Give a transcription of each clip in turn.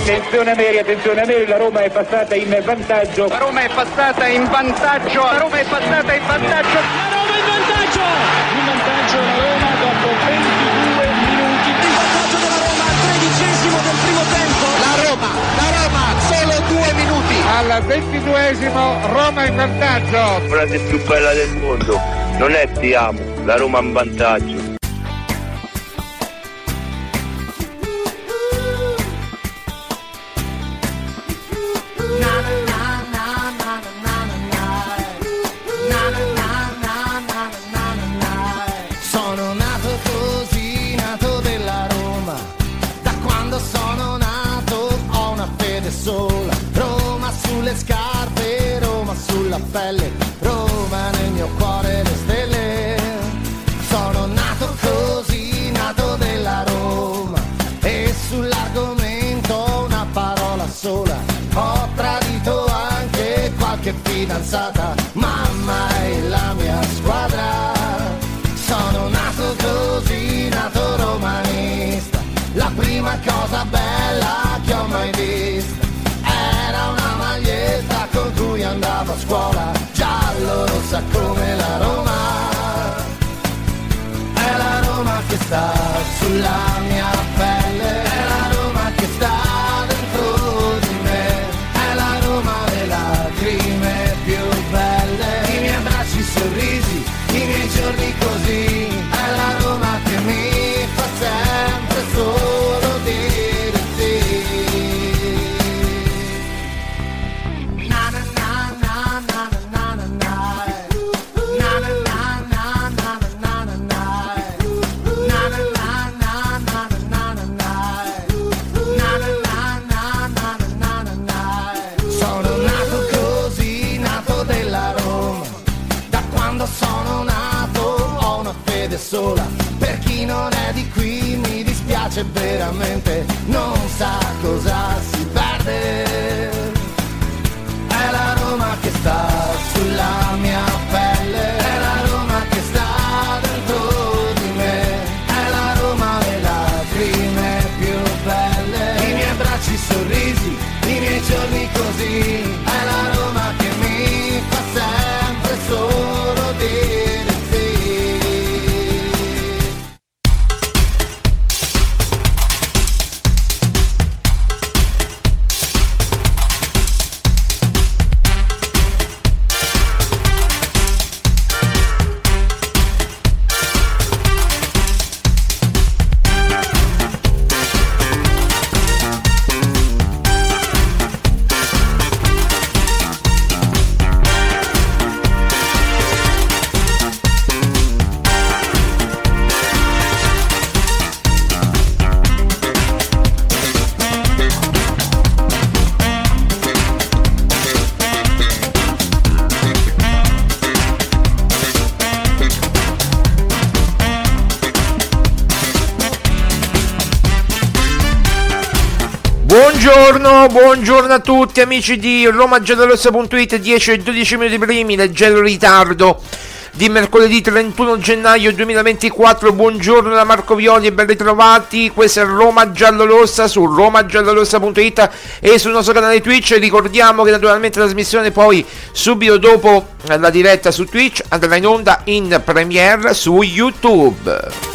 Attenzione Ameri, la Roma è passata in vantaggio. La Roma è passata in vantaggio. La Roma è passata in vantaggio. La Roma in vantaggio! In vantaggio la Roma dopo 22 minuti. Il vantaggio della Roma al 13° del primo tempo. La Roma, solo 2 minuti. Al 22esimo Roma in vantaggio. La frase più bella del mondo non è ti amo, la Roma in vantaggio. Sono nato così, nato della Roma. Da quando sono nato ho una fede sola. Roma sulle scarpe, Roma sulla pelle, Roma nel mio cuore le stelle. Sono nato così, nato della Roma. E sull'argomento una parola sola. Ho tradito anche qualche fidanzata, mamma è la mia squadra. Sono nato così, nato romanista. La prima cosa bella che ho mai vista era una maglietta con cui andavo a scuola, giallo rossa come la Roma. È la Roma che sta sulla mia pelle, è la Roma che sta dentro di me, è la Roma delle lacrime più belle, i miei abbracci, i sorrisi, i miei giorni così, è la Roma che mi fa sempre solo dire sì. Na na na na na na na na na na na na na na na na. Sono nato così, nato della Roma. Da quando sono nato ho una fede sola. Per chi non è di qui mi dispiace veramente, non sa cosa si perde. È la Roma che sta sulla mia pelle, è la Roma che sta dentro di me, è la Roma delle lacrime più belle, i miei abbracci, i sorrisi, i miei giorni così, è la Roma che mi fa sempre solo dire sì. Buongiorno a tutti amici di RomaGiallorossa.it. 10 e 12 minuti primi, leggero ritardo di mercoledì 31 gennaio 2024. Buongiorno da Marco Violi e ben ritrovati. Questo è Roma Giallorossa su RomaGiallorossa.it e sul nostro canale Twitch. Ricordiamo che naturalmente la trasmissione poi subito dopo la diretta su Twitch andrà in onda in premiere su YouTube.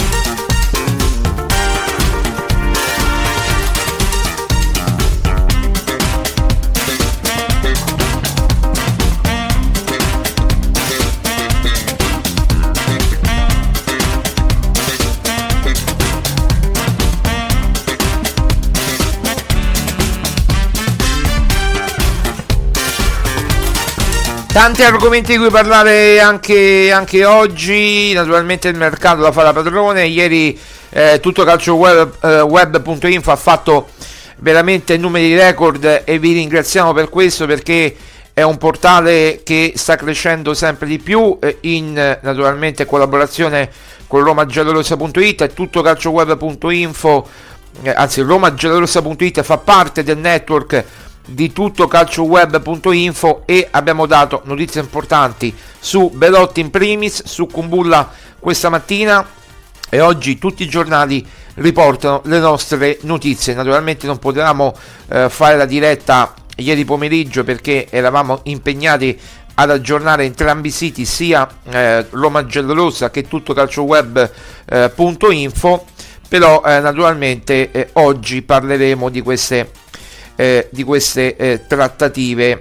Tanti argomenti di cui parlare anche oggi. Naturalmente il mercato la fa da padrone. Ieri tutto calcioweb.info ha fatto veramente numeri record e vi ringraziamo per questo, perché è un portale che sta crescendo sempre di più in naturalmente collaborazione con RomaGiallorossa.it e tutto calcioweb.info, anzi RomaGiallorossa.it fa parte del network di tutto calcioweb.info e abbiamo dato notizie importanti su Belotti in primis, su Kumbulla questa mattina, e oggi tutti i giornali riportano le nostre notizie. Naturalmente non potevamo fare la diretta ieri pomeriggio perché eravamo impegnati ad aggiornare entrambi i siti, sia Roma Giallorossa che tuttocalcioweb.info, però naturalmente oggi parleremo di queste trattative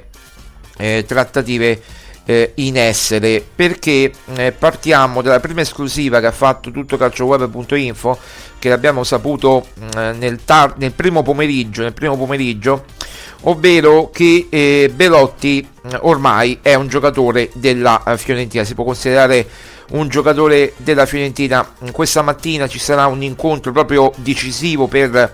in essere, perché partiamo dalla prima esclusiva che ha fatto tuttocalcioweb.info, che l'abbiamo saputo nel primo pomeriggio, ovvero che Belotti ormai è un giocatore della Fiorentina, si può considerare un giocatore della Fiorentina. Questa mattina ci sarà un incontro proprio decisivo per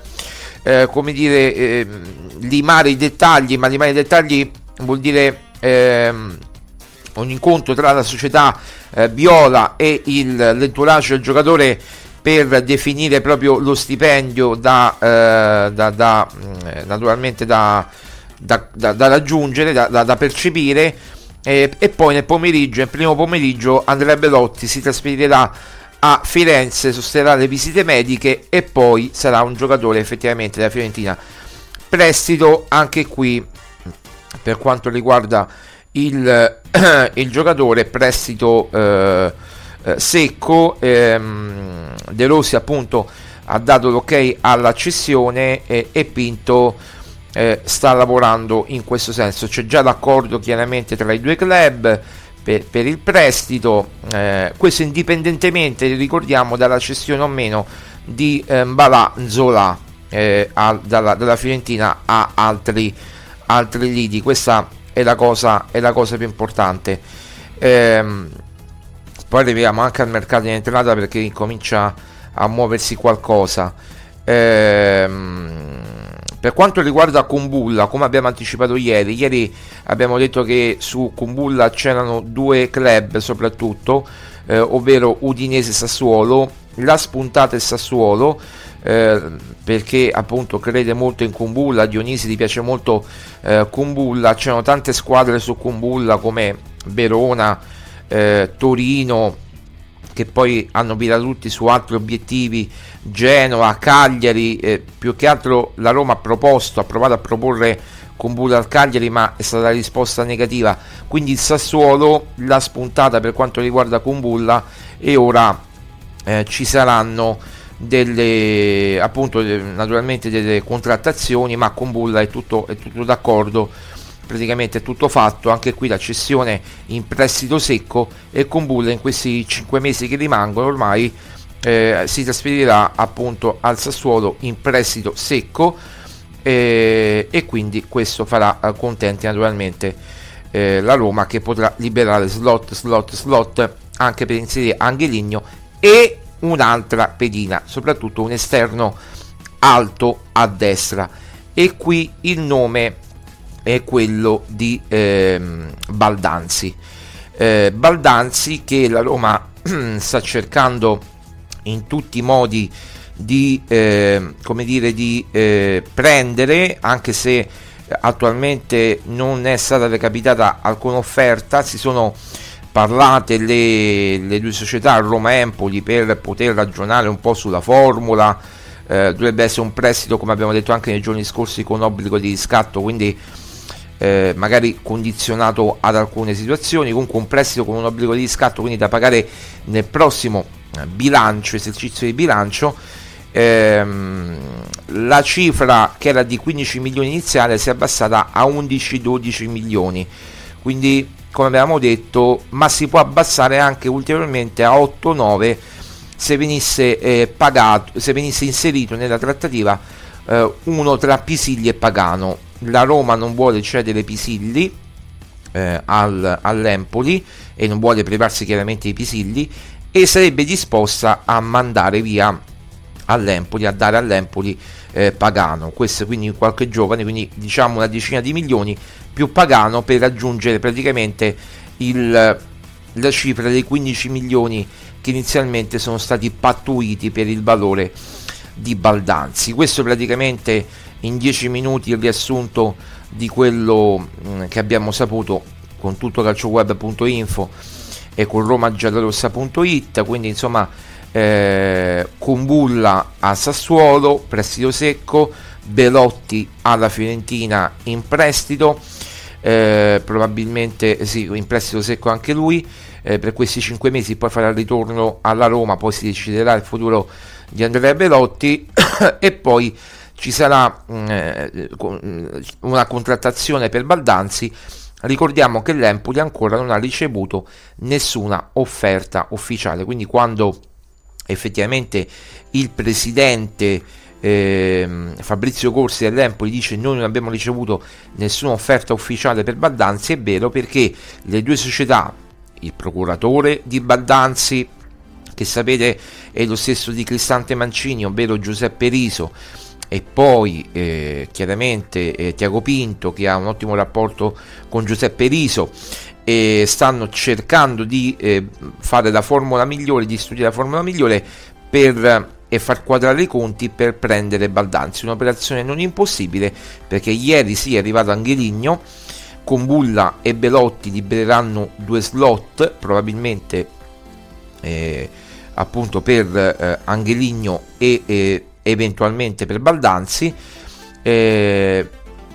limare i dettagli, ma limare i dettagli vuol dire un incontro tra la società viola e l'entourage del giocatore per definire proprio lo stipendio da raggiungere, da percepire, e poi nel primo pomeriggio Andrea Belotti si trasferirà a Firenze, sosterrà le visite mediche e poi sarà un giocatore effettivamente della Fiorentina. Prestito anche qui per quanto riguarda il giocatore, prestito secco. De Rossi appunto ha dato l'ok alla cessione e Pinto sta lavorando in questo senso. C'è già l'accordo chiaramente tra i due club per il prestito, questo indipendentemente, ricordiamo, dalla cessione o meno di Mbala Zola dalla Fiorentina a altri lidi. Questa è la cosa più importante. Poi arriviamo anche al mercato in entrata, perché incomincia a muoversi qualcosa. Per quanto riguarda Kumbulla, come abbiamo anticipato ieri abbiamo detto che su Kumbulla c'erano due club soprattutto, ovvero Udinese e Sassuolo. La spuntata è Sassuolo, perché appunto crede molto in Kumbulla. Dionisi gli piace molto Kumbulla. C'erano tante squadre su Kumbulla come Verona, Torino, che poi hanno virato tutti su altri obiettivi, Genova, Cagliari. Più che altro la Roma ha provato a proporre Kumbulla al Cagliari, ma è stata la risposta negativa. Quindi il Sassuolo l'ha spuntata per quanto riguarda Kumbulla, e ora ci saranno naturalmente delle contrattazioni, ma Kumbulla è tutto d'accordo, praticamente è tutto fatto. Anche qui la cessione in prestito secco, e Kumbulla in questi 5 mesi che rimangono ormai si trasferirà appunto al Sassuolo in prestito secco, e quindi questo farà contenti naturalmente la Roma, che potrà liberare slot anche per inserire Angeligno e un'altra pedina, soprattutto un esterno alto a destra. E qui il nome è quello di Baldanzi, che la Roma sta cercando in tutti i modi di prendere, anche se attualmente non è stata recapitata alcuna offerta. Si sono parlate le due società, Roma e Empoli, per poter ragionare un po' sulla formula. Dovrebbe essere un prestito, come abbiamo detto anche nei giorni scorsi, con obbligo di riscatto, quindi magari condizionato ad alcune situazioni. Comunque un prestito con un obbligo di riscatto, quindi da pagare nel prossimo esercizio di bilancio. La cifra, che era di 15 milioni iniziale, si è abbassata a 11-12 milioni, quindi come avevamo detto, ma si può abbassare anche ulteriormente a 8-9 se venisse inserito nella trattativa uno tra Pisilli e Pagano. La Roma non vuole cedere Pisilli all'Empoli e non vuole privarsi chiaramente di Pisilli, e sarebbe disposta a mandare via all'Empoli, a dare all'Empoli Pagano. Questo quindi qualche giovane, quindi diciamo una decina di milioni più Pagano, per raggiungere praticamente la cifra dei 15 milioni che inizialmente sono stati pattuiti per il valore di Baldanzi. Questo praticamente in 10 minuti il riassunto di quello che abbiamo saputo con tuttocalcioweb.info e con romagiallorossa.it. Quindi insomma Kumbulla a Sassuolo, prestito secco, Belotti alla Fiorentina in prestito, probabilmente sì, in prestito secco anche lui per questi 5 mesi, poi farà il ritorno alla Roma, poi si deciderà il futuro di Andrea Belotti e poi ci sarà una contrattazione per Baldanzi. Ricordiamo che l'Empoli ancora non ha ricevuto nessuna offerta ufficiale, quindi quando effettivamente il presidente Fabrizio Corsi dell'Empoli dice noi non abbiamo ricevuto nessuna offerta ufficiale per Baldanzi, è vero, perché le due società, il procuratore di Baldanzi, che sapete è lo stesso di Cristante Mancini, ovvero Giuseppe Riso, e poi chiaramente Tiago Pinto, che ha un ottimo rapporto con Giuseppe Riso, e stanno cercando di fare la formula migliore, di studiare la formula migliore per far quadrare i conti per prendere Baldanzi. Un'operazione non impossibile, perché ieri sì è arrivato Angeligno, Kumbulla e Belotti libereranno 2 slot probabilmente appunto per Angeligno e eventualmente per Baldanzi. Per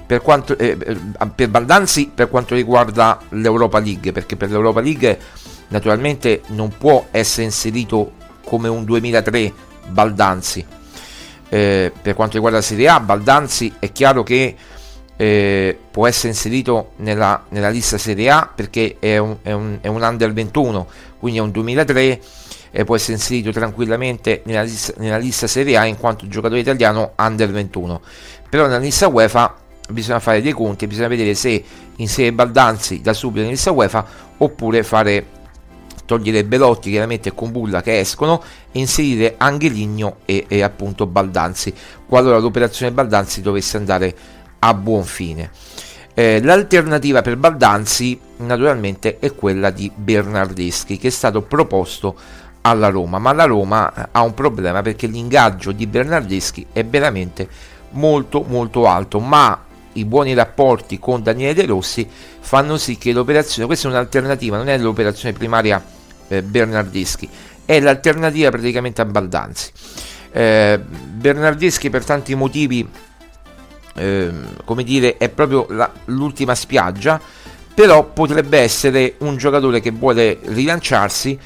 Baldanzi per quanto riguarda l'Europa League, perché per l'Europa League naturalmente non può essere inserito come un 2003 Baldanzi. Per quanto riguarda la Serie A, Baldanzi è chiaro che può essere inserito nella lista Serie A perché è un under 21, quindi è un 2003, e può essere inserito tranquillamente nella lista Serie A in quanto giocatore italiano under 21. Però nella lista UEFA bisogna fare dei conti, bisogna vedere se inserire Baldanzi da subito nella lista UEFA oppure togliere Belotti chiaramente e Kumbulla che escono e inserire Angeligno e appunto Baldanzi, qualora l'operazione Baldanzi dovesse andare a buon fine. L'alternativa per Baldanzi naturalmente è quella di Bernardeschi, che è stato proposto alla Roma, ma la Roma ha un problema perché l'ingaggio di Bernardeschi è veramente molto molto alto, ma i buoni rapporti con Daniele De Rossi fanno sì che l'operazione, questa è un'alternativa, non è l'operazione primaria Bernardeschi, è l'alternativa praticamente a Baldanzi. Bernardeschi per tanti motivi come dire è proprio l'ultima spiaggia, però potrebbe essere un giocatore che vuole rilanciarsi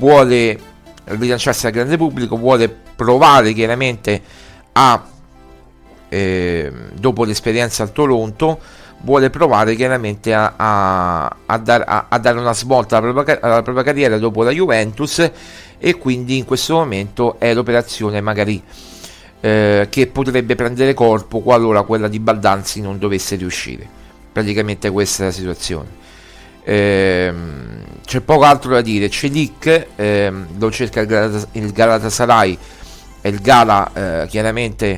al grande pubblico, vuole provare chiaramente dopo l'esperienza al Toronto, vuole provare chiaramente a dare una svolta alla propria carriera dopo la Juventus, e quindi in questo momento è l'operazione magari che potrebbe prendere corpo qualora quella di Baldanzi non dovesse riuscire. Praticamente questa è la situazione. C'è poco altro da dire. Celic lo cerca il Galatasaray, e il Gala chiaramente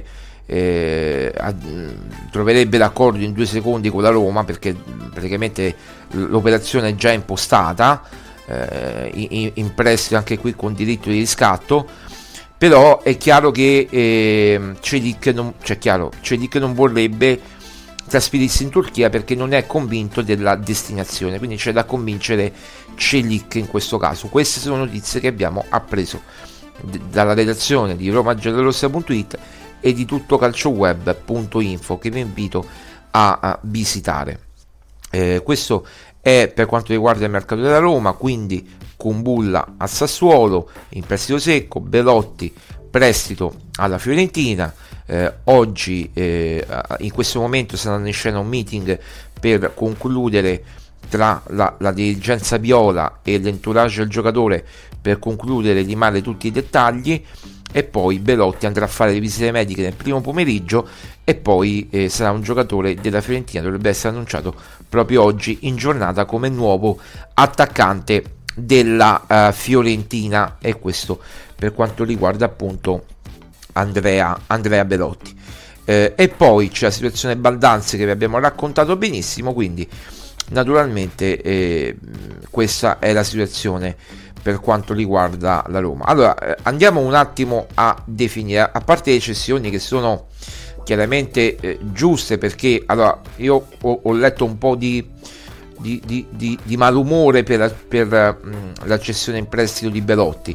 troverebbe l'accordo in 2 secondi con la Roma, perché praticamente l'operazione è già impostata, in prestito anche qui con diritto di riscatto. Però è chiaro che Celic non vorrebbe trasferirsi in Turchia perché non è convinto della destinazione, quindi c'è da convincere Celic in questo caso. Queste sono notizie che abbiamo appreso dalla redazione di romagiallorossa.it e di tuttocalcioweb.info, che vi invito a visitare. Questo è per quanto riguarda il mercato della Roma, quindi Kumbulla a Sassuolo in prestito secco, Belotti prestito alla Fiorentina. Oggi in questo momento sta andando in scena un meeting per concludere tra la dirigenza viola e l'entourage del giocatore, per concludere di male tutti i dettagli, e poi Belotti andrà a fare le visite mediche nel primo pomeriggio e poi sarà un giocatore della Fiorentina, dovrebbe essere annunciato proprio oggi in giornata come nuovo attaccante della Fiorentina. E questo per quanto riguarda appunto Andrea Belotti. E poi c'è la situazione Baldanzi che vi abbiamo raccontato benissimo, quindi naturalmente questa è la situazione per quanto riguarda la Roma. Allora andiamo un attimo a definire, a parte le cessioni che sono chiaramente giuste, perché allora io ho letto un po' di malumore per la cessione in prestito di Belotti.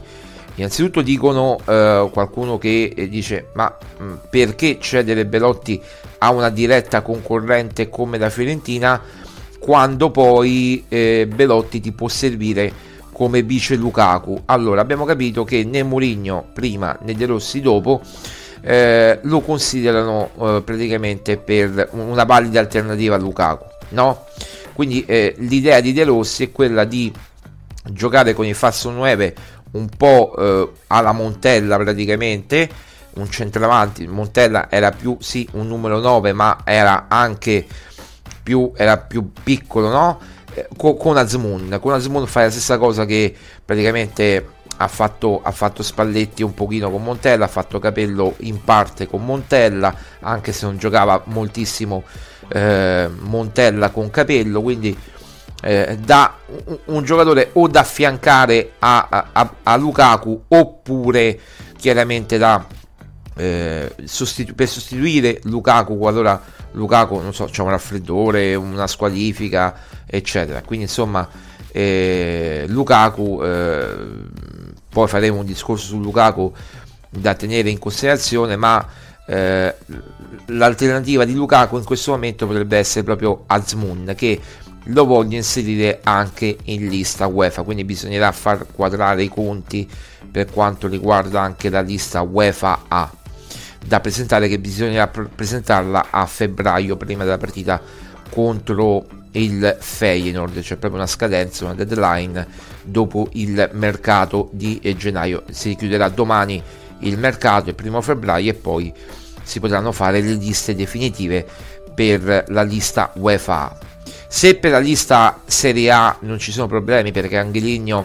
Innanzitutto dicono qualcuno che dice ma perché cedere Belotti a una diretta concorrente come la Fiorentina quando poi Belotti ti può servire come vice Lukaku? Allora, abbiamo capito che né Mourinho prima né De Rossi dopo lo considerano praticamente per una valida alternativa a Lukaku, no? Quindi l'idea di De Rossi è quella di giocare con il falso 9 un po' alla Montella, praticamente un centravanti. Montella era più sì un numero 9, ma era anche più piccolo, no? Con Azmoun fa la stessa cosa che praticamente ha fatto Spalletti un pochino con Montella, ha fatto Capello in parte con Montella, anche se non giocava moltissimo Montella con Capello, quindi da un giocatore o da affiancare a Lukaku, oppure chiaramente per sostituire Lukaku qualora Lukaku, non so, c'è un raffreddore, una squalifica, eccetera. Quindi insomma Lukaku, poi faremo un discorso su Lukaku da tenere in considerazione, ma l'alternativa di Lukaku in questo momento potrebbe essere proprio Azmoun, che lo voglio inserire anche in lista UEFA, quindi bisognerà far quadrare i conti per quanto riguarda anche la lista UEFA A da presentare, che bisognerà presentarla a febbraio prima della partita contro il Feyenoord. C'è proprio una scadenza, una deadline dopo il mercato di gennaio. Si chiuderà domani il mercato, il 1 febbraio, e poi si potranno fare le liste definitive per la lista UEFA A. Se per la lista Serie A non ci sono problemi, perché Angeligno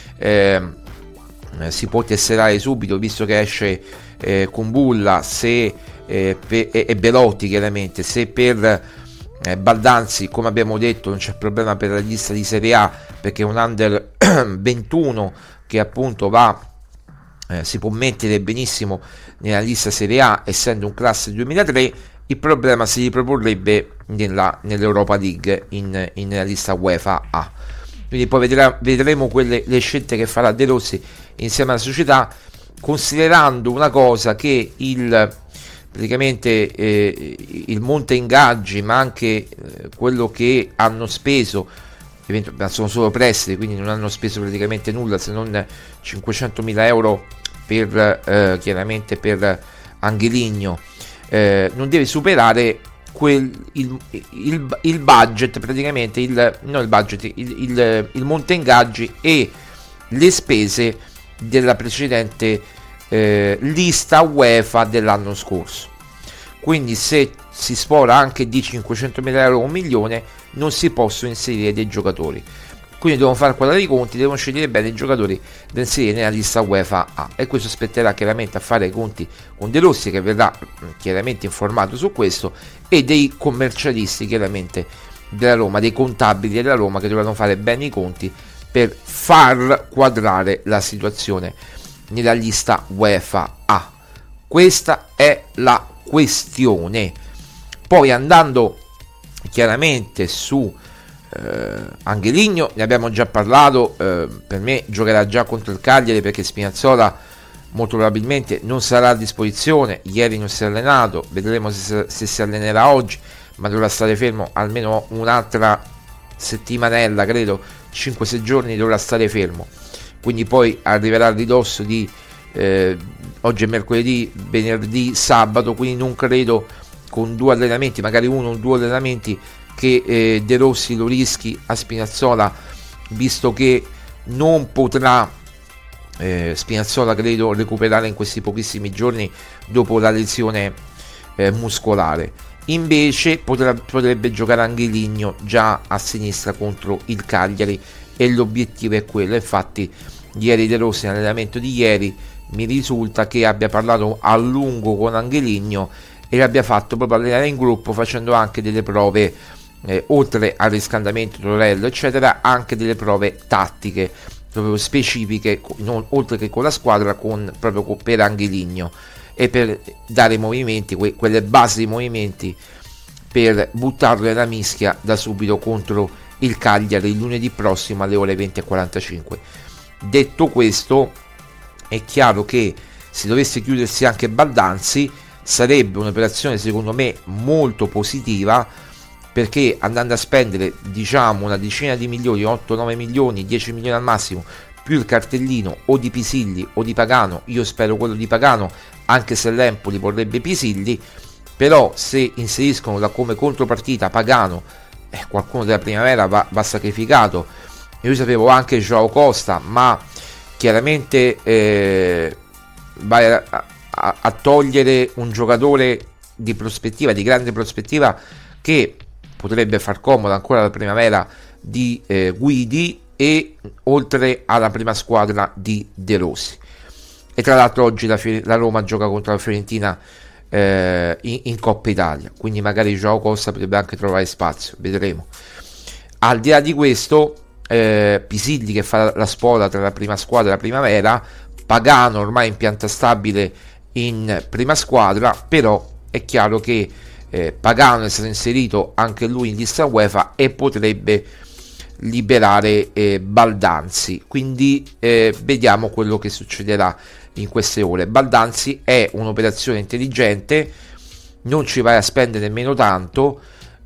si può tesserare subito, visto che esce con Bulla, e Belotti chiaramente. Se per Baldanzi, come abbiamo detto, non c'è problema per la lista di Serie A, perché è un under 21 che appunto si può mettere benissimo nella lista Serie A, essendo un classe 2003. Il problema si riproporrebbe nell'Europa League nella lista UEFA A. Quindi poi vedremo le scelte che farà De Rossi insieme alla società, considerando una cosa, che praticamente il monte ingaggi, ma anche quello che hanno speso, sono solo prestiti, quindi non hanno speso praticamente nulla, se non 500.000 euro chiaramente per Angeligno, non deve superare il budget, praticamente il monte ingaggi e le spese della precedente lista UEFA dell'anno scorso. Quindi se si sfora anche di 500.000 euro o 1 milione, non si possono inserire dei giocatori. Quindi devono fare quadrare i conti, devono scegliere bene i giocatori da inserire nella lista UEFA A, e questo spetterà chiaramente a fare i conti con De Rossi, che verrà chiaramente informato su questo, e dei commercialisti chiaramente della Roma, dei contabili della Roma, che dovranno fare bene i conti per far quadrare la situazione nella lista UEFA A. Questa è la questione. Poi andando chiaramente su Angeligno, ne abbiamo già parlato, per me giocherà già contro il Cagliari, perché Spinazzola molto probabilmente non sarà a disposizione. Ieri non si è allenato, vedremo se si allenerà oggi, ma dovrà stare fermo almeno un'altra settimanella, credo 5-6 giorni dovrà stare fermo. Quindi poi arriverà a ridosso di oggi è mercoledì, venerdì, sabato, quindi non credo con 2 allenamenti, magari 1 o 2 allenamenti, che De Rossi lo rischi a Spinazzola, visto che non potrà Spinazzola, credo, recuperare in questi pochissimi giorni dopo la lesione muscolare. Invece potrebbe giocare Angeligno già a sinistra contro il Cagliari, e l'obiettivo è quello. Infatti ieri De Rossi, nell'allenamento di ieri, mi risulta che abbia parlato a lungo con Angeligno e l'abbia fatto proprio allenare in gruppo, facendo anche delle prove, oltre al riscaldamento, torello eccetera, anche delle prove tattiche proprio specifiche, oltre che con la squadra, proprio per Angeligno, e per dare movimenti, quelle basi di movimenti, per buttarlo nella mischia da subito contro il Cagliari lunedì prossimo alle ore 20:45. Detto questo, è chiaro che se dovesse chiudersi anche Baldanzi sarebbe un'operazione secondo me molto positiva, perché andando a spendere diciamo una decina di milioni, 8-9 milioni, 10 milioni al massimo, più il cartellino o di Pisilli o di Pagano, io spero quello di Pagano, anche se l'Empoli vorrebbe Pisilli, però se inseriscono come contropartita Pagano, qualcuno della Primavera va sacrificato. Io sapevo anche Joao Costa, ma chiaramente vai a togliere un giocatore di prospettiva, di grande prospettiva, che potrebbe far comodo ancora alla Primavera di Guidi, e oltre alla prima squadra di De Rossi. E tra l'altro oggi la Roma gioca contro la Fiorentina in Coppa Italia, quindi magari Joao Costa potrebbe anche trovare spazio, vedremo. Al di là di questo, Pisilli che fa la spola tra la prima squadra e la Primavera, Pagano ormai in pianta stabile in prima squadra, però è chiaro che Pagano è stato inserito anche lui in lista UEFA e potrebbe liberare Baldanzi, quindi vediamo quello che succederà in queste ore. Baldanzi è un'operazione intelligente, non ci vai a spendere nemmeno tanto,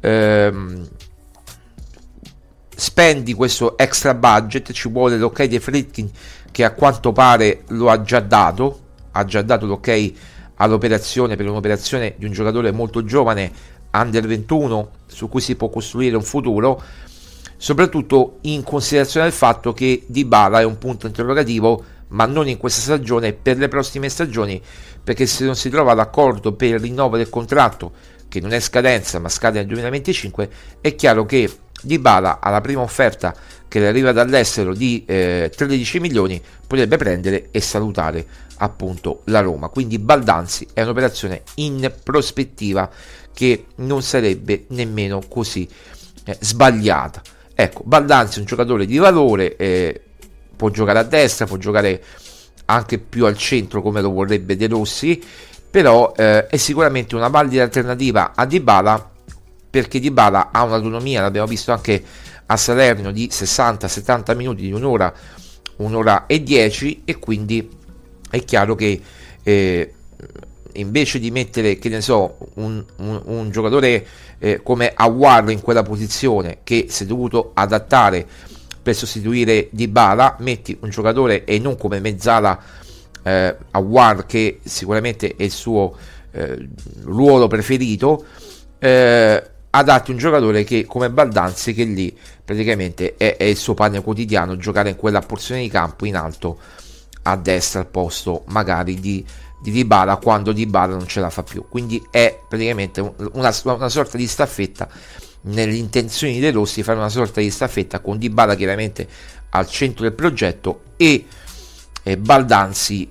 spendi questo extra budget, ci vuole l'ok di Friedkin, che a quanto pare lo ha già dato l'ok all'operazione, per un'operazione di un giocatore molto giovane, under 21, su cui si può costruire un futuro, soprattutto in considerazione del fatto che Dybala è un punto interrogativo, ma non in questa stagione, per le prossime stagioni, perché se non si trova d'accordo per il rinnovo del contratto, che non è scadenza ma scade nel 2025, è chiaro che Dybala alla prima offerta che le arriva dall'estero di 13 milioni potrebbe prendere e salutare appunto la Roma. Quindi Baldanzi è un'operazione in prospettiva che non sarebbe nemmeno così sbagliata. Ecco, Baldanzi è un giocatore di valore, può giocare a destra, può giocare anche più al centro come lo vorrebbe De Rossi, però è sicuramente una valida alternativa a Dybala, perché Dybala ha un'autonomia, l'abbiamo visto anche a Salerno, di 60-70 minuti, di un'ora e 10, e quindi è chiaro che invece di mettere, che ne so, un giocatore come Aouar in quella posizione, che si è dovuto adattare per sostituire Dybala, metti un giocatore, e non come mezzala Aouar, che sicuramente è il suo ruolo preferito, adatti un giocatore che come Baldanzi, che lì praticamente è il suo pane quotidiano, giocare in quella porzione di campo in alto a destra al posto magari di Dybala, quando Dybala non ce la fa più. Quindi è praticamente una sorta di staffetta, nelle intenzioni dei Rossi fare una sorta di staffetta con Dybala chiaramente al centro del progetto e Baldanzi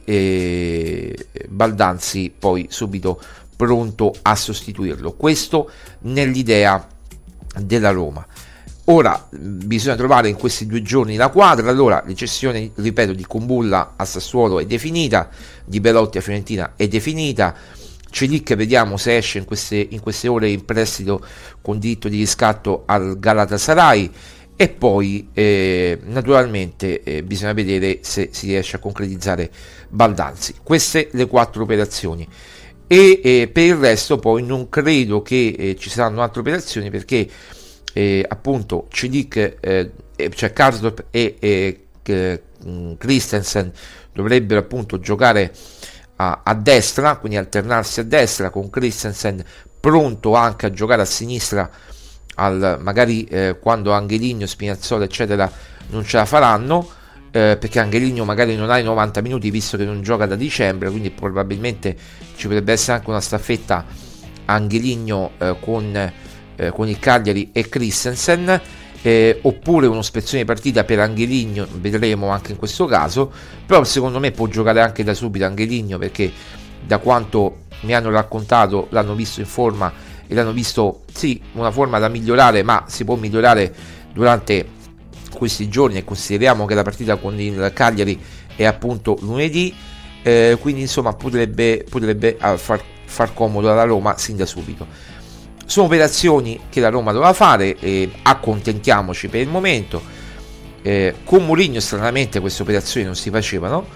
poi subito pronto a sostituirlo. Questo nell'idea della Roma. Ora bisogna trovare in questi 2 giorni la quadra. Allora, la cessione, ripeto, di Kumbulla a Sassuolo è definita, di Belotti a Fiorentina è definita, Celic vediamo se esce in queste ore in prestito con diritto di riscatto al Galatasaray, e poi naturalmente bisogna vedere se si riesce a concretizzare Baldanzi. Queste le 4 operazioni, e per il resto poi non credo che ci saranno altre operazioni, perché appunto Celic, cioè Karsdorp e Christensen dovrebbero appunto giocare a destra, quindi alternarsi a destra, con Christensen pronto anche a giocare a sinistra magari quando Angeligno, Spinazzola eccetera non ce la faranno, perché Angeligno magari non ha i 90 minuti visto che non gioca da dicembre, quindi probabilmente ci potrebbe essere anche una staffetta Angeligno con il Cagliari e Christensen, oppure uno spezzone di partita per Angeligno, vedremo anche in questo caso. Però secondo me può giocare anche da subito Angeligno, perché da quanto mi hanno raccontato l'hanno visto in forma, e l'hanno visto sì, una forma da migliorare, ma si può migliorare durante questi giorni, e consideriamo che la partita con il Cagliari è appunto lunedì, quindi insomma potrebbe far comodo alla Roma sin da subito. Sono operazioni che la Roma doveva fare, accontentiamoci per il momento. Con Mourinho stranamente queste operazioni non si facevano,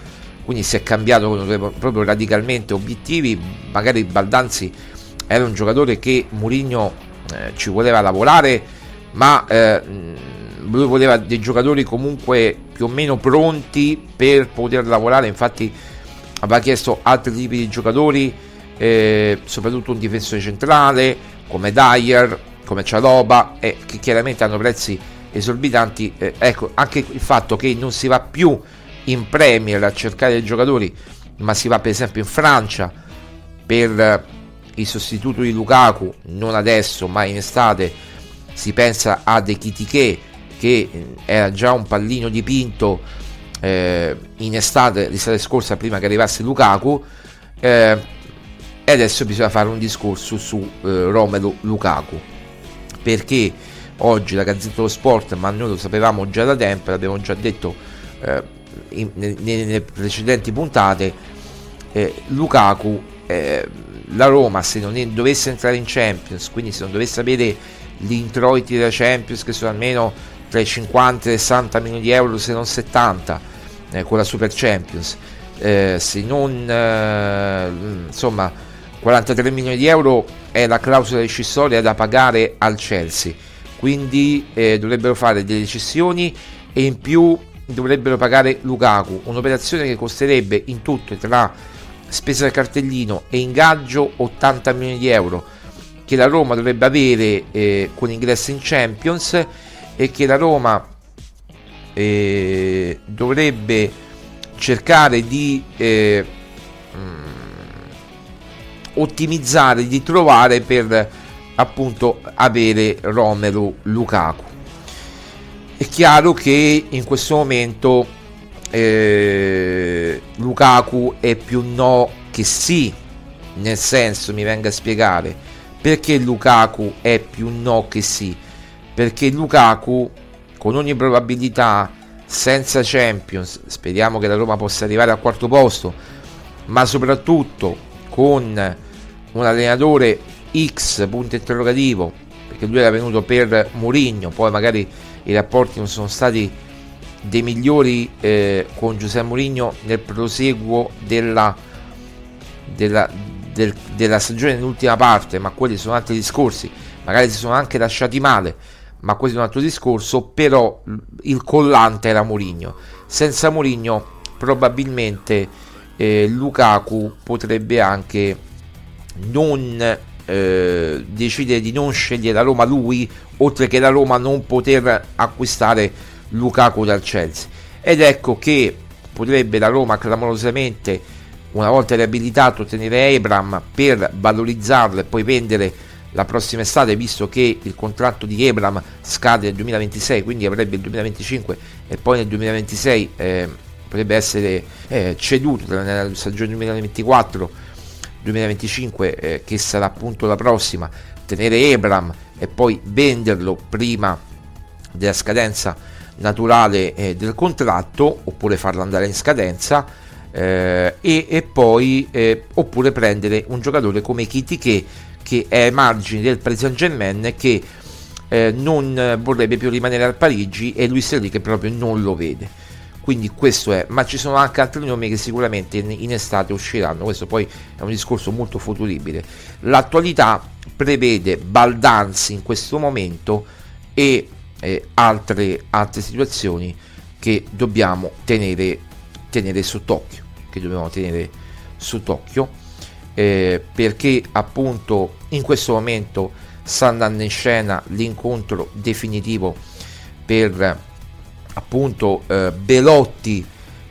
quindi si è cambiato proprio radicalmente obiettivi. Magari Baldanzi era un giocatore che Mourinho ci voleva lavorare, ma lui voleva dei giocatori comunque più o meno pronti per poter lavorare. Infatti aveva chiesto altri tipi di giocatori, soprattutto un difensore centrale come Dyer, come Cialoba, che chiaramente hanno prezzi esorbitanti. Ecco, anche il fatto che non si va più in Premier a cercare dei giocatori, ma si va per esempio in Francia per il sostituto di Lukaku, non adesso ma in estate. Si pensa a Ekitike, che era già un pallino dipinto in estate, l'estate scorsa, prima che arrivasse Lukaku, e adesso bisogna fare un discorso su Romelu Lukaku, perché oggi la Gazzetta dello Sport, ma noi lo sapevamo già da tempo, l'abbiamo già detto nelle precedenti puntate, Lukaku, la Roma, se non dovesse entrare in Champions, quindi se non dovesse avere gli introiti della Champions, che sono almeno tra i 50 e i 60 milioni di euro, se non 70, con la Super Champions, se non insomma 43 milioni di euro è la clausola rescissoria da pagare al Chelsea, quindi dovrebbero fare delle cessioni e in più dovrebbero pagare Lukaku, un'operazione che costerebbe in tutto, tra spesa del cartellino e ingaggio, 80 milioni di euro, che la Roma dovrebbe avere con ingresso in Champions, e che la Roma dovrebbe cercare di ottimizzare, di trovare per appunto avere Romelu Lukaku. È chiaro che in questo momento Lukaku è più no che sì, nel senso, mi venga a spiegare perché Lukaku è più no che sì, perché Lukaku con ogni probabilità senza Champions, speriamo che la Roma possa arrivare al quarto posto, ma soprattutto con un allenatore X punto interrogativo, perché lui era venuto per Mourinho, poi magari i rapporti non sono stati dei migliori con Giuseppe Mourinho nel proseguo della stagione, nell'ultima parte, ma quelli sono altri discorsi, magari si sono anche lasciati male, ma questo è un altro discorso. Però il collante era Mourinho. Senza Mourinho probabilmente Lukaku potrebbe anche non decidere di non scegliere la Roma lui, oltre che la Roma non poter acquistare Lukaku dal Chelsea. Ed ecco che potrebbe la Roma clamorosamente, una volta riabilitato, tenere Abraham per valorizzarlo e poi vendere la prossima estate, visto che il contratto di Abraham scade nel 2026, quindi avrebbe il 2025 e poi nel 2026 potrebbe essere ceduto nella stagione 2024-2025, che sarà appunto la prossima. Tenere Abraham e poi venderlo prima della scadenza naturale del contratto, oppure farlo andare in scadenza, e poi oppure prendere un giocatore come Ekitike, che è ai margini del Paris Saint-Germain, che non vorrebbe più rimanere al Parigi, e Luis Enrique proprio non lo vede. Quindi questo è, ma ci sono anche altri nomi che sicuramente in estate usciranno. Questo poi è un discorso molto futuribile. L'attualità prevede Baldanzi in questo momento e altre situazioni che dobbiamo tenere sott'occhio, perché appunto in questo momento sta andando in scena l'incontro definitivo per appunto Belotti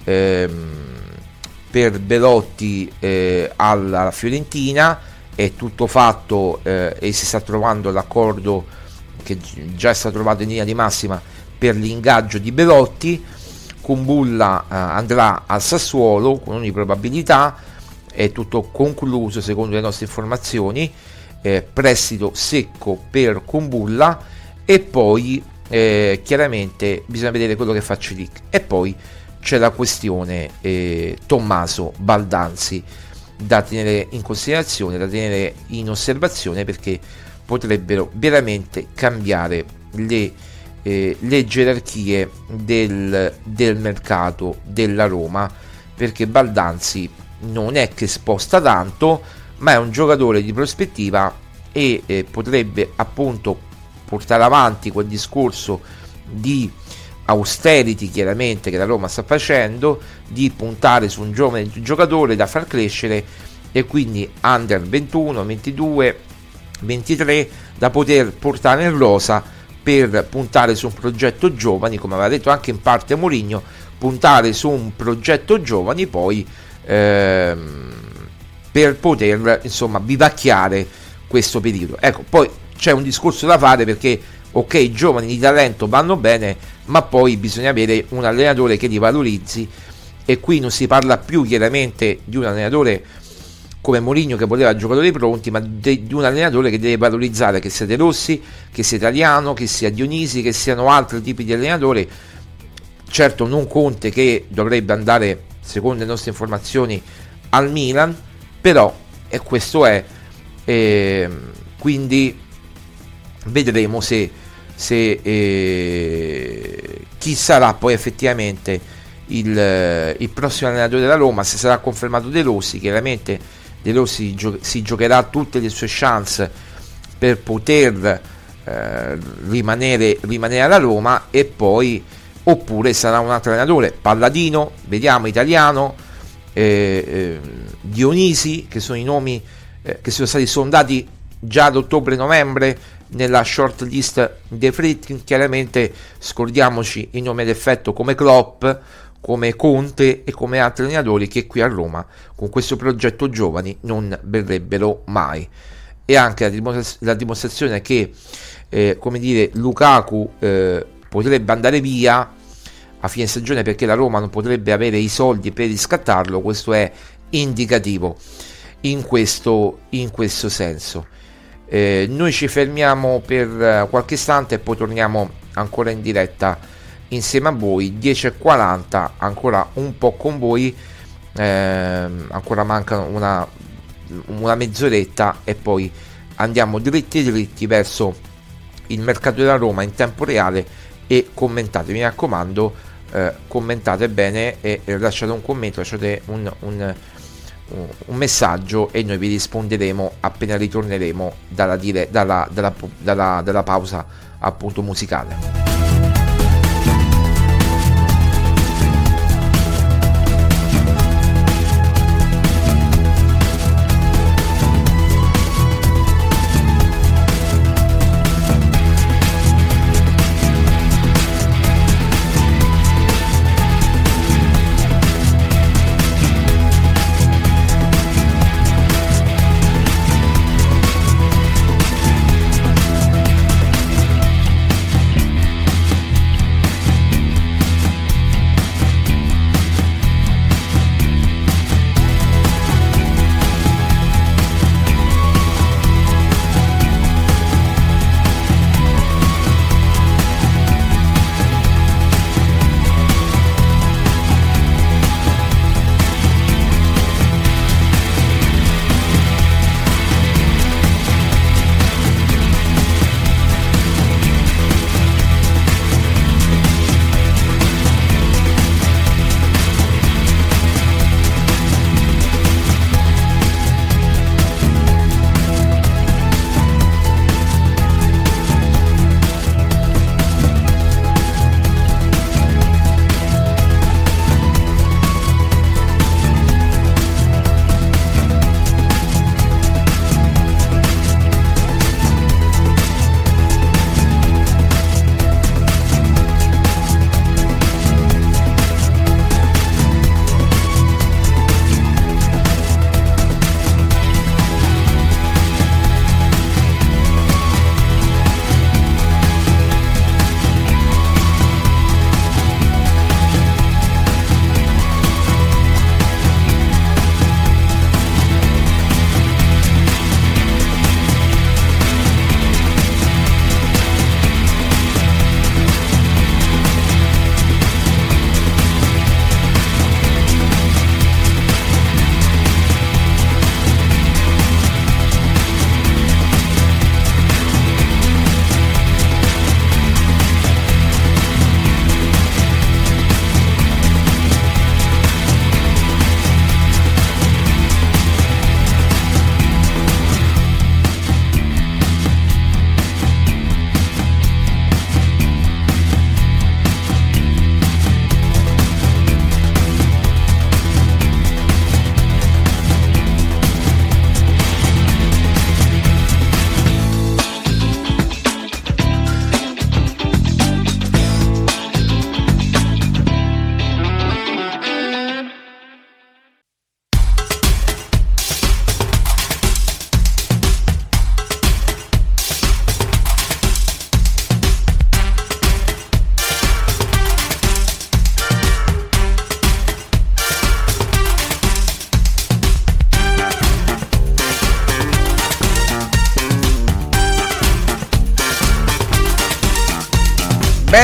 alla Fiorentina. È tutto fatto e si sta trovando l'accordo, che già è stato trovato in linea di massima, per l'ingaggio di Belotti. Kumbulla andrà al Sassuolo con ogni probabilità, è tutto concluso secondo le nostre informazioni, prestito secco per Kumbulla, e poi chiaramente bisogna vedere quello che fa Celic. E poi c'è la questione Tommaso Baldanzi da tenere in considerazione, da tenere in osservazione, perché potrebbero veramente cambiare le gerarchie del mercato della Roma, perché Baldanzi non è che sposta tanto, ma è un giocatore di prospettiva e potrebbe appunto portare avanti quel discorso di austerity chiaramente che la Roma sta facendo, di puntare su un giovane giocatore da far crescere e quindi under 21, 22, 23 da poter portare in rosa per puntare su un progetto giovani, come aveva detto anche in parte Mourinho, puntare su un progetto giovani poi per poter insomma vivacchiare questo periodo. Ecco, poi c'è un discorso da fare, perché ok, i giovani di talento vanno bene, ma poi bisogna avere un allenatore che li valorizzi, e qui non si parla più chiaramente di un allenatore come Mourinho che voleva giocatori pronti, ma di un allenatore che deve valorizzare, che sia De Rossi, che sia Italiano, che sia Dionisi, che siano altri tipi di allenatori. Certo non Conte, che dovrebbe andare, secondo le nostre informazioni, al Milan, però e questo è, quindi vedremo se chi sarà poi effettivamente il prossimo allenatore della Roma, se sarà confermato De Rossi. Chiaramente De Rossi si giocherà tutte le sue chance per poter rimanere alla Roma, e poi oppure sarà un altro allenatore, Palladino, vediamo, Italiano, Dionisi, che sono i nomi che sono stati sondati già ad ottobre-novembre nella short list dei Friedkin. Chiaramente scordiamoci i nomi d'effetto come Klopp, come Conte e come altri allenatori che qui a Roma con questo progetto giovani non verrebbero mai. E anche la dimostrazione che come dire, Lukaku potrebbe andare via a fine stagione perché la Roma non potrebbe avere i soldi per riscattarlo, questo è indicativo in questo senso. Noi ci fermiamo per qualche istante e poi torniamo ancora in diretta insieme a voi, 10:40, ancora un po' con voi, ancora manca una mezz'oretta e poi andiamo dritti verso il mercato della Roma in tempo reale. E commentate, mi raccomando, commentate bene e lasciate un commento, lasciate un messaggio e noi vi risponderemo appena ritorneremo dalla pausa appunto musicale.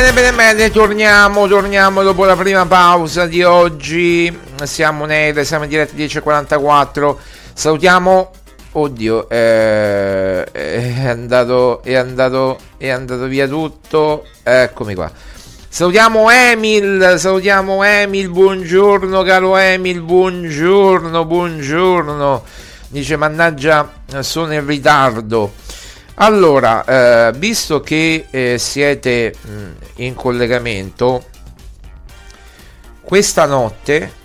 Bene, torniamo dopo la prima pausa di oggi. Siamo siamo in diretta 10:44. Salutiamo. Oddio, è andato via tutto. Eccomi qua. Salutiamo Emil, buongiorno caro Emil, buongiorno. Dice mannaggia, sono in ritardo. Allora, visto che siete in questa notte,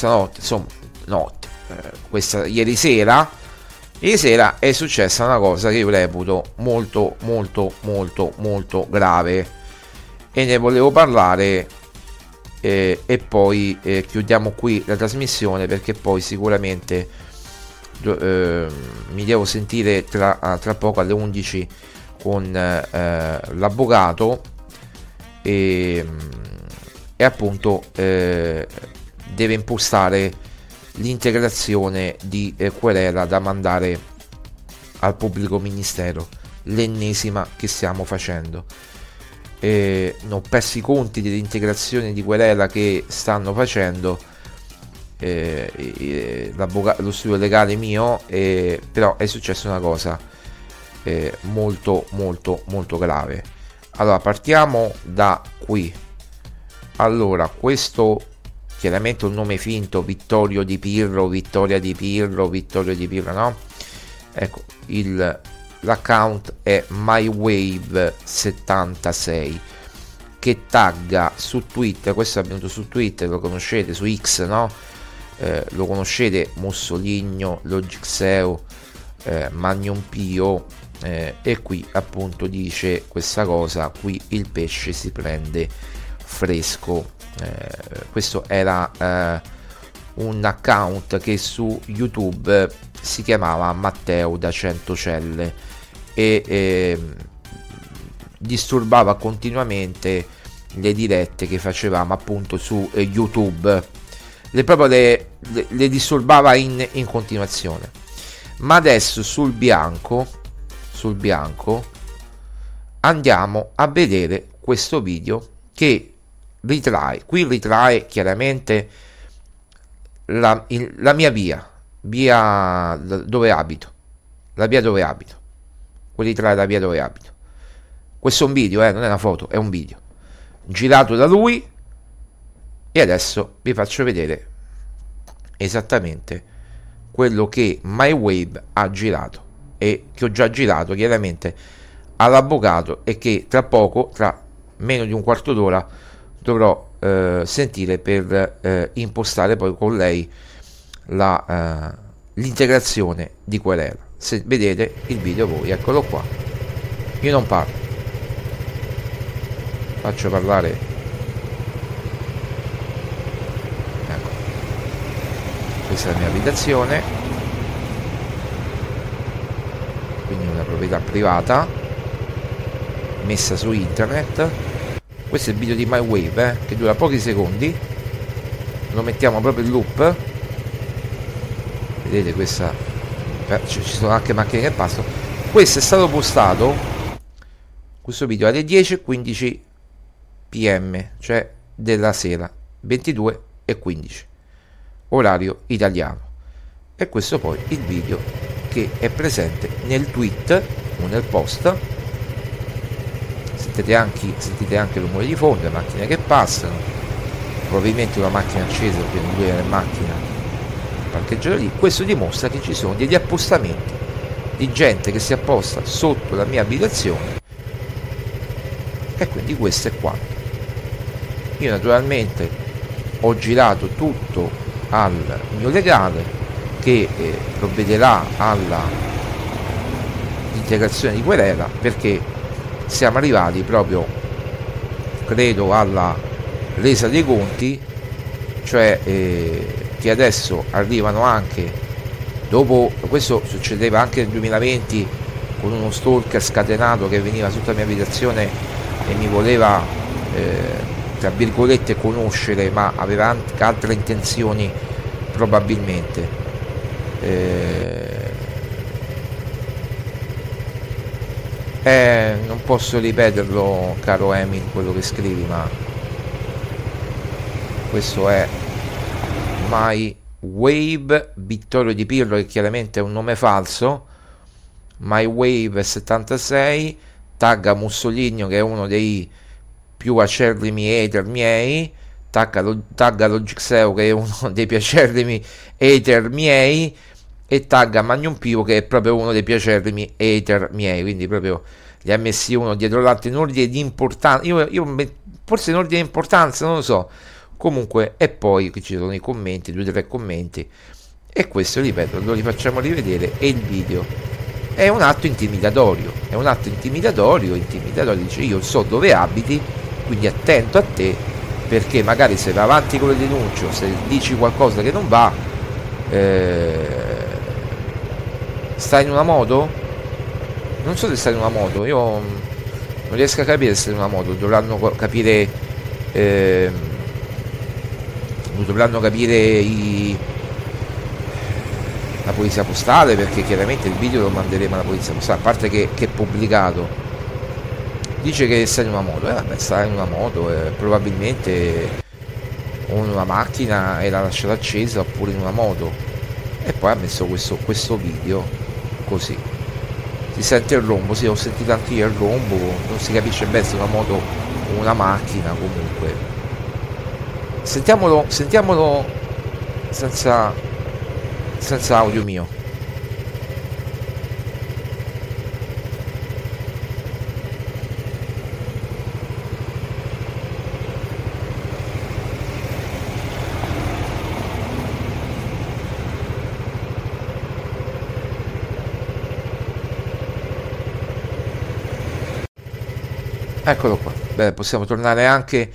ieri sera è successa una cosa che io reputo molto grave e ne volevo parlare, e poi chiudiamo qui la trasmissione, perché poi sicuramente mi devo sentire tra poco alle 11 con l'avvocato e appunto deve impostare l'integrazione di querela da mandare al pubblico ministero, l'ennesima che stiamo facendo. Non ho perso i conti dell'integrazione di querela che stanno facendo lo studio legale mio, però è successa una cosa molto grave. Allora, partiamo da qui. Allora, questo chiaramente un nome finto, Vittoria di Pirro, no? Ecco, l'account è MyWave76, che tagga su Twitter. Questo è avvenuto su Twitter, lo conoscete, su X, no? Lo conoscete, Mussoligno, Logixeo, Magnum Pio, e qui appunto dice questa cosa, qui il pesce si prende fresco. Questo era un account che su YouTube si chiamava Matteo da Centocelle e disturbava continuamente le dirette che facevamo appunto su YouTube. Le disturbava in continuazione. Ma adesso sul bianco andiamo a vedere questo video che ritrae chiaramente la mia via dove abito, ritrae la via dove abito. Questo è un video, non è una foto, è un video girato da lui, e adesso vi faccio vedere esattamente quello che MyWave ha girato e che ho già girato chiaramente all'avvocato, e che tra poco, tra meno di un quarto d'ora, dovrò sentire per impostare poi con lei l'integrazione di querela. Se vedete il video voi, eccolo qua, io non parlo, faccio parlare, ecco, questa è la mia abitazione, quindi una proprietà privata messa su internet. Questo è il video di MyWave, che dura pochi secondi, lo mettiamo proprio in loop, vedete questa, ci sono anche macchine che passano. Questo è stato postato, questo video, alle 10:15 PM, cioè della sera, 22:15 orario italiano, e questo poi il video che è presente nel tweet o nel post. Sentite anche il rumore di fondo, le macchine che passano, probabilmente una macchina accesa perché non era in macchina parcheggiata lì. Questo dimostra che ci sono degli appostamenti di gente che si apposta sotto la mia abitazione, e quindi questo è quanto. Io naturalmente ho girato tutto al mio legale, che provvederà alla integrazione di querela, perché siamo arrivati proprio, credo, alla resa dei conti, cioè che adesso arrivano anche, dopo questo succedeva anche nel 2020 con uno stalker scatenato che veniva sotto la mia abitazione e mi voleva tra virgolette conoscere, ma aveva anche altre intenzioni probabilmente. Non posso ripeterlo, caro Emil, quello che scrivi, ma questo è My Wave Vittorio Di Pirro, che chiaramente è un nome falso. My Wave 76, tagga Mussolini, che è uno dei più acerrimi hater miei, tagga Logixeo, che è uno dei più acerrimi hater miei, e tagga Magnum Pio, che è proprio uno dei più acerrimi hater miei. Quindi proprio li ha messi uno dietro l'altro in ordine di importanza, forse in ordine di importanza, non lo so. Comunque, e poi qui ci sono i commenti, 2 o 3 commenti, e questo, ripeto, lo rifacciamo rivedere, e il video è un atto intimidatorio, dice: io so dove abiti, quindi attento a te, perché magari se vai avanti con le denunce o se dici qualcosa che non va, stai in una moto? Non so se stai in una moto, io non riesco a capire se stai in una moto. Dovranno capire la polizia postale, perché chiaramente il video lo manderemo alla polizia postale, a parte che è pubblicato. Dice che sta in una moto, vabbè, sta in una moto, probabilmente una macchina e l'ha lasciata accesa, oppure in una moto, e poi ha messo questo video così. Si sente il rombo, sì, ho sentito anche io il rombo, non si capisce bene se è una moto o una macchina. Comunque sentiamolo senza audio mio. Eccolo qua. Beh, possiamo tornare anche.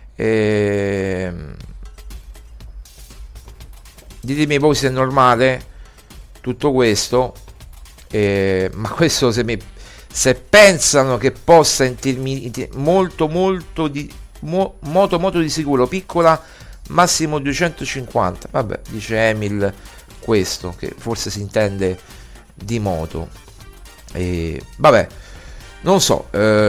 Ditemi voi se è normale tutto questo, ma questo se pensano che possa molto moto di sicuro, piccola massimo 250, vabbè, dice Emil questo, che forse si intende di moto, vabbè, non so.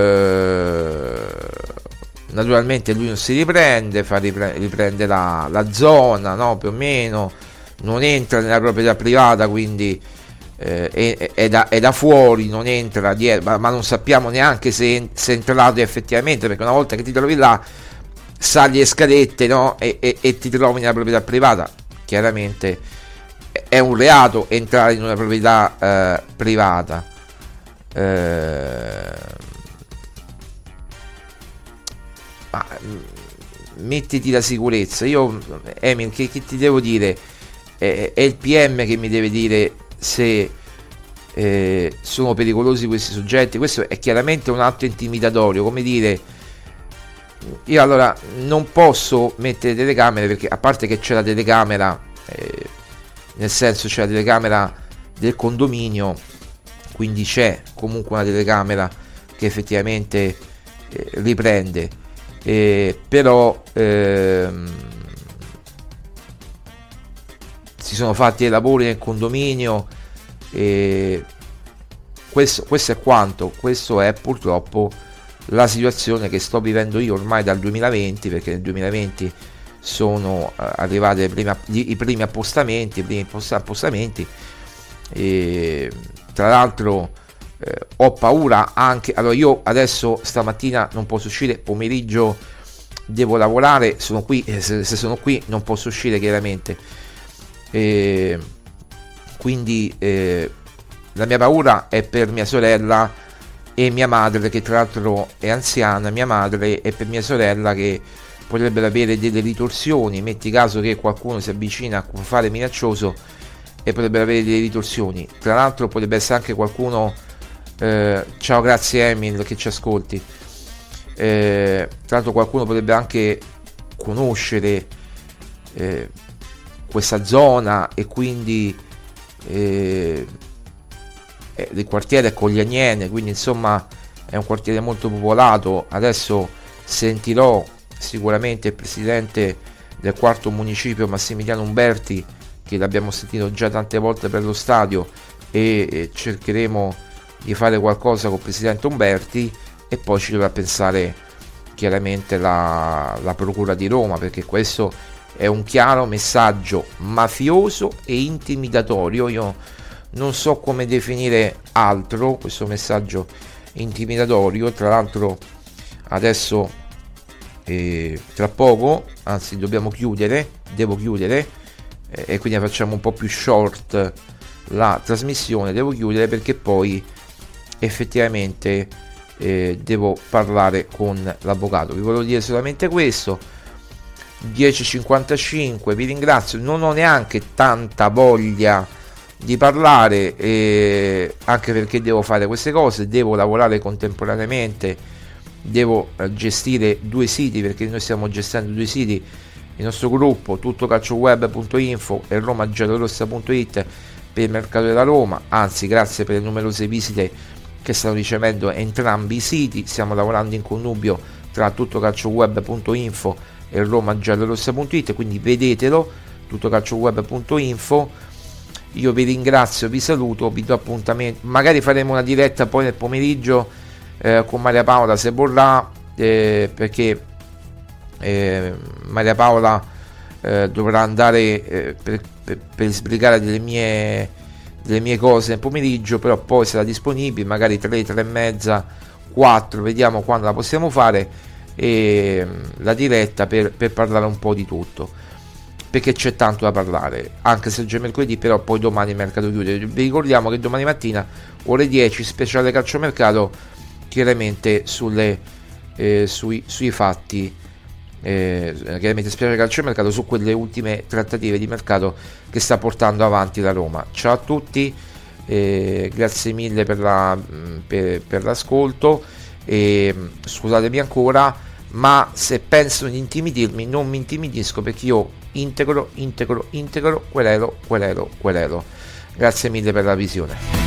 Naturalmente lui non si riprende, riprende la zona, no? Più o meno, non entra nella proprietà privata, quindi è da fuori, non entra dietro, ma non sappiamo neanche se è entrato effettivamente, perché una volta che ti trovi là, sali le scalette, no? E ti trovi nella proprietà privata. Chiaramente è un reato entrare in una proprietà privata. Ma mettiti la sicurezza. Io, Emil, che ti devo dire? È il PM che mi deve dire se sono pericolosi questi soggetti. Questo è chiaramente un atto intimidatorio, come dire, io allora non posso mettere telecamere, perché a parte che c'è la telecamera, nel senso c'è la telecamera del condominio, quindi c'è comunque una telecamera che effettivamente riprende. Però si sono fatti i lavori nel condominio, questo è quanto. Questo è purtroppo la situazione che sto vivendo io ormai dal 2020, perché nel 2020 sono arrivati i primi appostamenti, e tra l'altro ho paura anche. Allora, io adesso stamattina non posso uscire, pomeriggio devo lavorare, sono qui, se sono qui non posso uscire chiaramente, quindi la mia paura è per mia sorella e mia madre, che tra l'altro è anziana, mia madre, e per mia sorella, che potrebbero avere delle ritorsioni, metti caso che qualcuno si avvicina a fare minaccioso e potrebbero avere delle ritorsioni. Tra l'altro potrebbe essere anche qualcuno, ciao, grazie Emil che ci ascolti, tra l'altro qualcuno potrebbe anche conoscere questa zona, e quindi il quartiere è Coglianiene, quindi insomma è un quartiere molto popolato. Adesso sentirò sicuramente il presidente del quarto municipio, Massimiliano Umberti, che l'abbiamo sentito già tante volte per lo stadio, e cercheremo di fare qualcosa con il presidente Umberti, e poi ci dovrà pensare chiaramente la Procura di Roma, perché questo è un chiaro messaggio mafioso e intimidatorio. Io non so come definire altro questo messaggio intimidatorio. Tra l'altro adesso tra poco, anzi devo chiudere, e quindi facciamo un po' più short la trasmissione. Devo chiudere perché poi effettivamente devo parlare con l'avvocato. Vi volevo dire solamente questo. 10:55, vi ringrazio, non ho neanche tanta voglia di parlare, anche perché devo fare queste cose, devo lavorare contemporaneamente, devo gestire 2 siti, perché noi stiamo gestendo 2 siti, il nostro gruppo tuttocalcioweb.info e romagiallorossa.it per il mercato della Roma. Anzi, grazie per le numerose visite che stanno ricevendo entrambi i siti. Stiamo lavorando in connubio tra tuttocalcioweb.info e romagiallorossa.it, quindi vedetelo, tuttocalcioweb.info. Io vi ringrazio, vi saluto, vi do appuntamento, magari faremo una diretta poi nel pomeriggio con Maria Paola se vorrà, perché Maria Paola dovrà andare per sbrigare delle mie cose nel pomeriggio, però poi sarà disponibile magari 3:30, 4, vediamo quando la possiamo fare, la diretta per parlare un po' di tutto, perché c'è tanto da parlare, anche se oggi è mercoledì, però poi domani il mercato chiude. Vi ricordiamo che domani mattina ore 10 speciale calciomercato, chiaramente sui fatti, chiaramente speciale calciomercato su quelle ultime trattative di mercato che sta portando avanti la Roma. Ciao a tutti, grazie mille per l'ascolto, scusatemi ancora, ma se pensano di intimidirmi non mi intimidisco, perché io integro, querelo. Grazie mille per la visione.